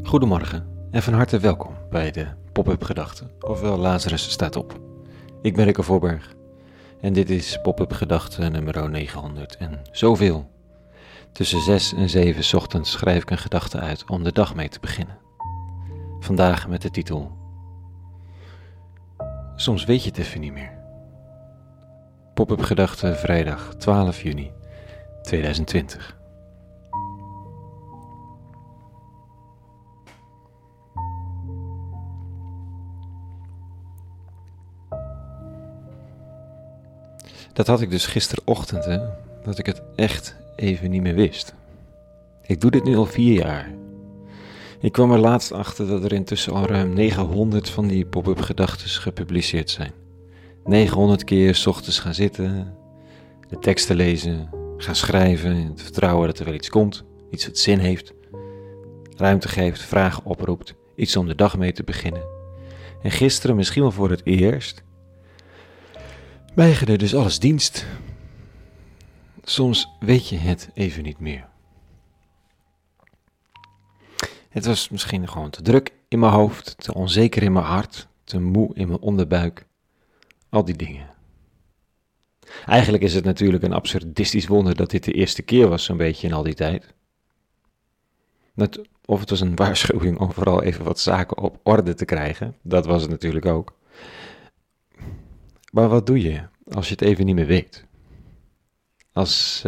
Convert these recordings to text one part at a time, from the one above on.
Goedemorgen en van harte welkom bij de Pop-up Gedachten, ofwel Lazarus staat op. Ik ben Rikke Voorberg en dit is Pop-up Gedachten nummer 900 en zoveel. Tussen 6 en 7 's ochtends schrijf ik een gedachte uit om de dag mee te beginnen. Vandaag met de titel: Soms weet je het even niet meer. Pop-up Gedachten vrijdag 12 juni 2020. Dat had ik dus gisterochtend, dat ik het echt even niet meer wist. Ik doe dit nu al 4 jaar. Ik kwam er laatst achter dat er intussen al ruim 900 van die pop-up gedachten gepubliceerd zijn. 900 keer 's ochtends gaan zitten, de teksten lezen, gaan schrijven in het vertrouwen dat er wel iets komt, iets wat zin heeft, ruimte geeft, vragen oproept, iets om de dag mee te beginnen. En gisteren misschien wel voor het eerst weigerde dus alles dienst. Soms weet je het even niet meer. Het was misschien gewoon te druk in mijn hoofd, te onzeker in mijn hart, te moe in mijn onderbuik. Al die dingen. Eigenlijk is het natuurlijk een absurdistisch wonder dat dit de eerste keer was zo'n beetje in al die tijd. Of het was een waarschuwing om vooral even wat zaken op orde te krijgen. Dat was het natuurlijk ook. Maar wat doe je als je het even niet meer weet? Als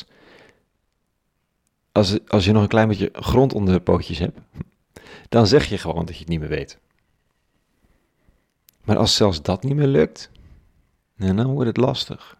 je nog een klein beetje grond onder de pootjes hebt, dan zeg je gewoon dat je het niet meer weet. Maar als zelfs dat niet meer lukt, dan wordt het lastig.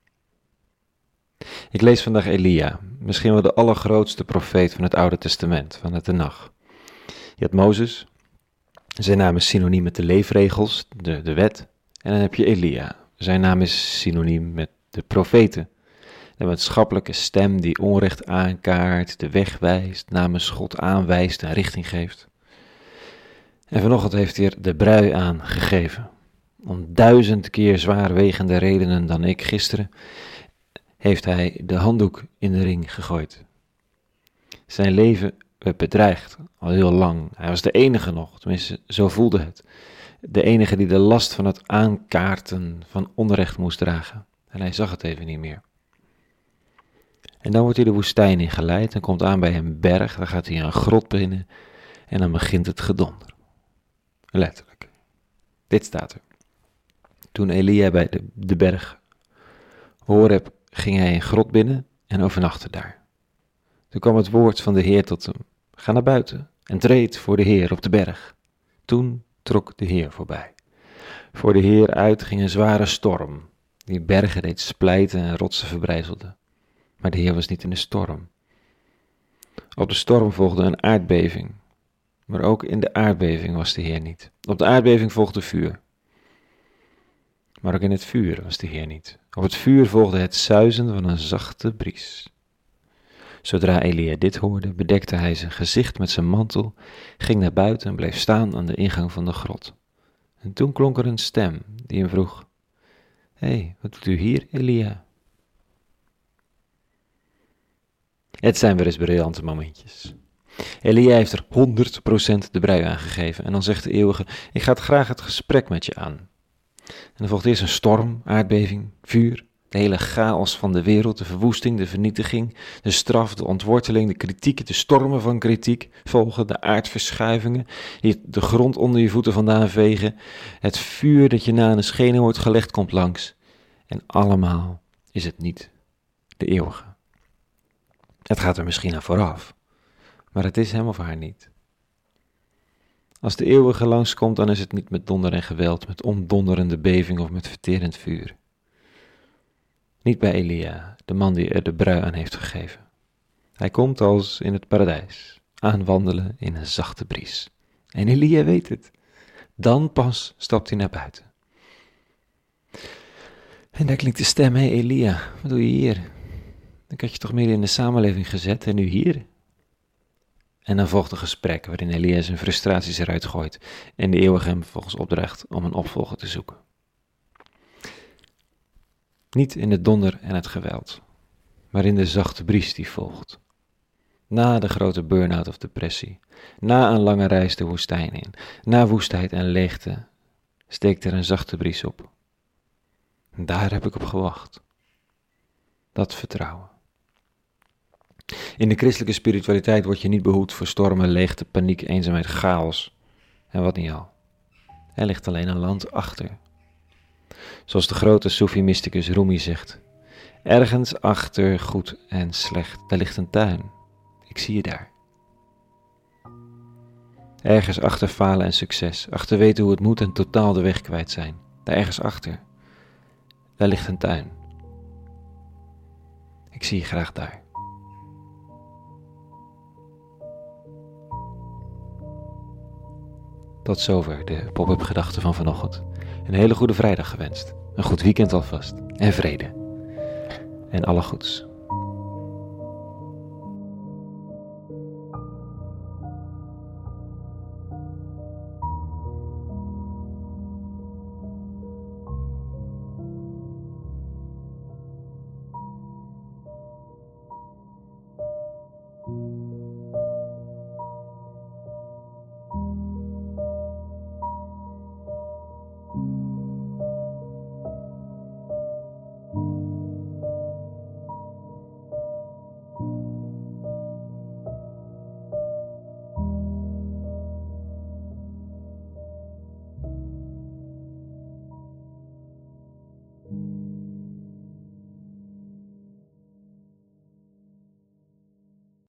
Ik lees vandaag Elia, misschien wel de allergrootste profeet van het Oude Testament, van het Tenach. Je hebt Mozes, zijn naam is synoniem met de leefregels, de wet. En dan heb je Elia, zijn naam is synoniem met de profeten. De maatschappelijke stem die onrecht aankaart, de weg wijst, namens God aanwijst en richting geeft. En vanochtend heeft hij er de brui aan gegeven. Om 1000 keer zwaarwegende redenen dan ik gisteren heeft hij de handdoek in de ring gegooid. Zijn leven werd bedreigd, al heel lang. Hij was de enige nog, tenminste zo voelde het. De enige die de last van het aankaarten van onrecht moest dragen. En hij zag het even niet meer. En dan wordt hij de woestijn ingeleid en komt aan bij een berg. Dan gaat hij een grot binnen en dan begint het gedonder. Letterlijk. Dit staat er. Toen Elia bij de berg Horeb ging hij een grot binnen en overnachtte daar. Toen kwam het woord van de Heer tot hem. Ga naar buiten en treed voor de Heer op de berg. Toen trok de Heer voorbij. Voor de Heer uit ging een zware storm, die bergen deed splijten en rotsen verbrijzelde. Maar de Heer was niet in de storm. Op de storm volgde een aardbeving, maar ook in de aardbeving was de Heer niet. Op de aardbeving volgde vuur, maar ook in het vuur was de Heer niet. Op het vuur volgde het suizen van een zachte bries. Zodra Elia dit hoorde, bedekte hij zijn gezicht met zijn mantel, ging naar buiten en bleef staan aan de ingang van de grot. En toen klonk er een stem die hem vroeg: Hé, wat doet u hier, Elia? Het zijn weer eens briljante momentjes. Elia heeft er 100% de brui aan gegeven en dan zegt de eeuwige: ik ga graag het gesprek met je aan. En dan volgt eerst een storm, aardbeving, vuur, de hele chaos van de wereld, de verwoesting, de vernietiging, de straf, de ontworteling, de kritiek, de stormen van kritiek volgen, de aardverschuivingen, die de grond onder je voeten vandaan vegen, het vuur dat je na een schenen wordt gelegd komt langs. En allemaal is het niet de eeuwige. Het gaat er misschien aan vooraf, maar het is hem of haar niet. Als de eeuwige langskomt, dan is het niet met donder en geweld, met omdonderende beving of met verterend vuur. Niet bij Elia, de man die er de brui aan heeft gegeven. Hij komt als in het paradijs, aanwandelen in een zachte bries. En Elia weet het. Dan pas stapt hij naar buiten. En daar klinkt de stem: hé Elia, wat doe je hier? Ik had je toch midden in de samenleving gezet en nu hier? En dan volgt een gesprek waarin Elia zijn frustraties eruit gooit en de eeuwige hem volgens opdraagt om een opvolger te zoeken. Niet in het donder en het geweld, maar in de zachte bries die volgt. Na de grote burn-out of depressie, na een lange reis de woestijn in, na woestheid en leegte, steekt er een zachte bries op. Daar heb ik op gewacht. Dat vertrouwen. In de christelijke spiritualiteit word je niet behoed voor stormen, leegte, paniek, eenzaamheid, chaos en wat niet al. Er ligt alleen een land achter. Zoals de grote Soefi-mysticus Rumi zegt, ergens achter goed en slecht, daar ligt een tuin. Ik zie je daar. Ergens achter falen en succes, achter weten hoe het moet en totaal de weg kwijt zijn. Daar ergens achter, daar ligt een tuin. Ik zie je graag daar. Tot zover de pop-up gedachten van vanochtend. Een hele goede vrijdag gewenst. Een goed weekend alvast. En vrede. En alle goeds.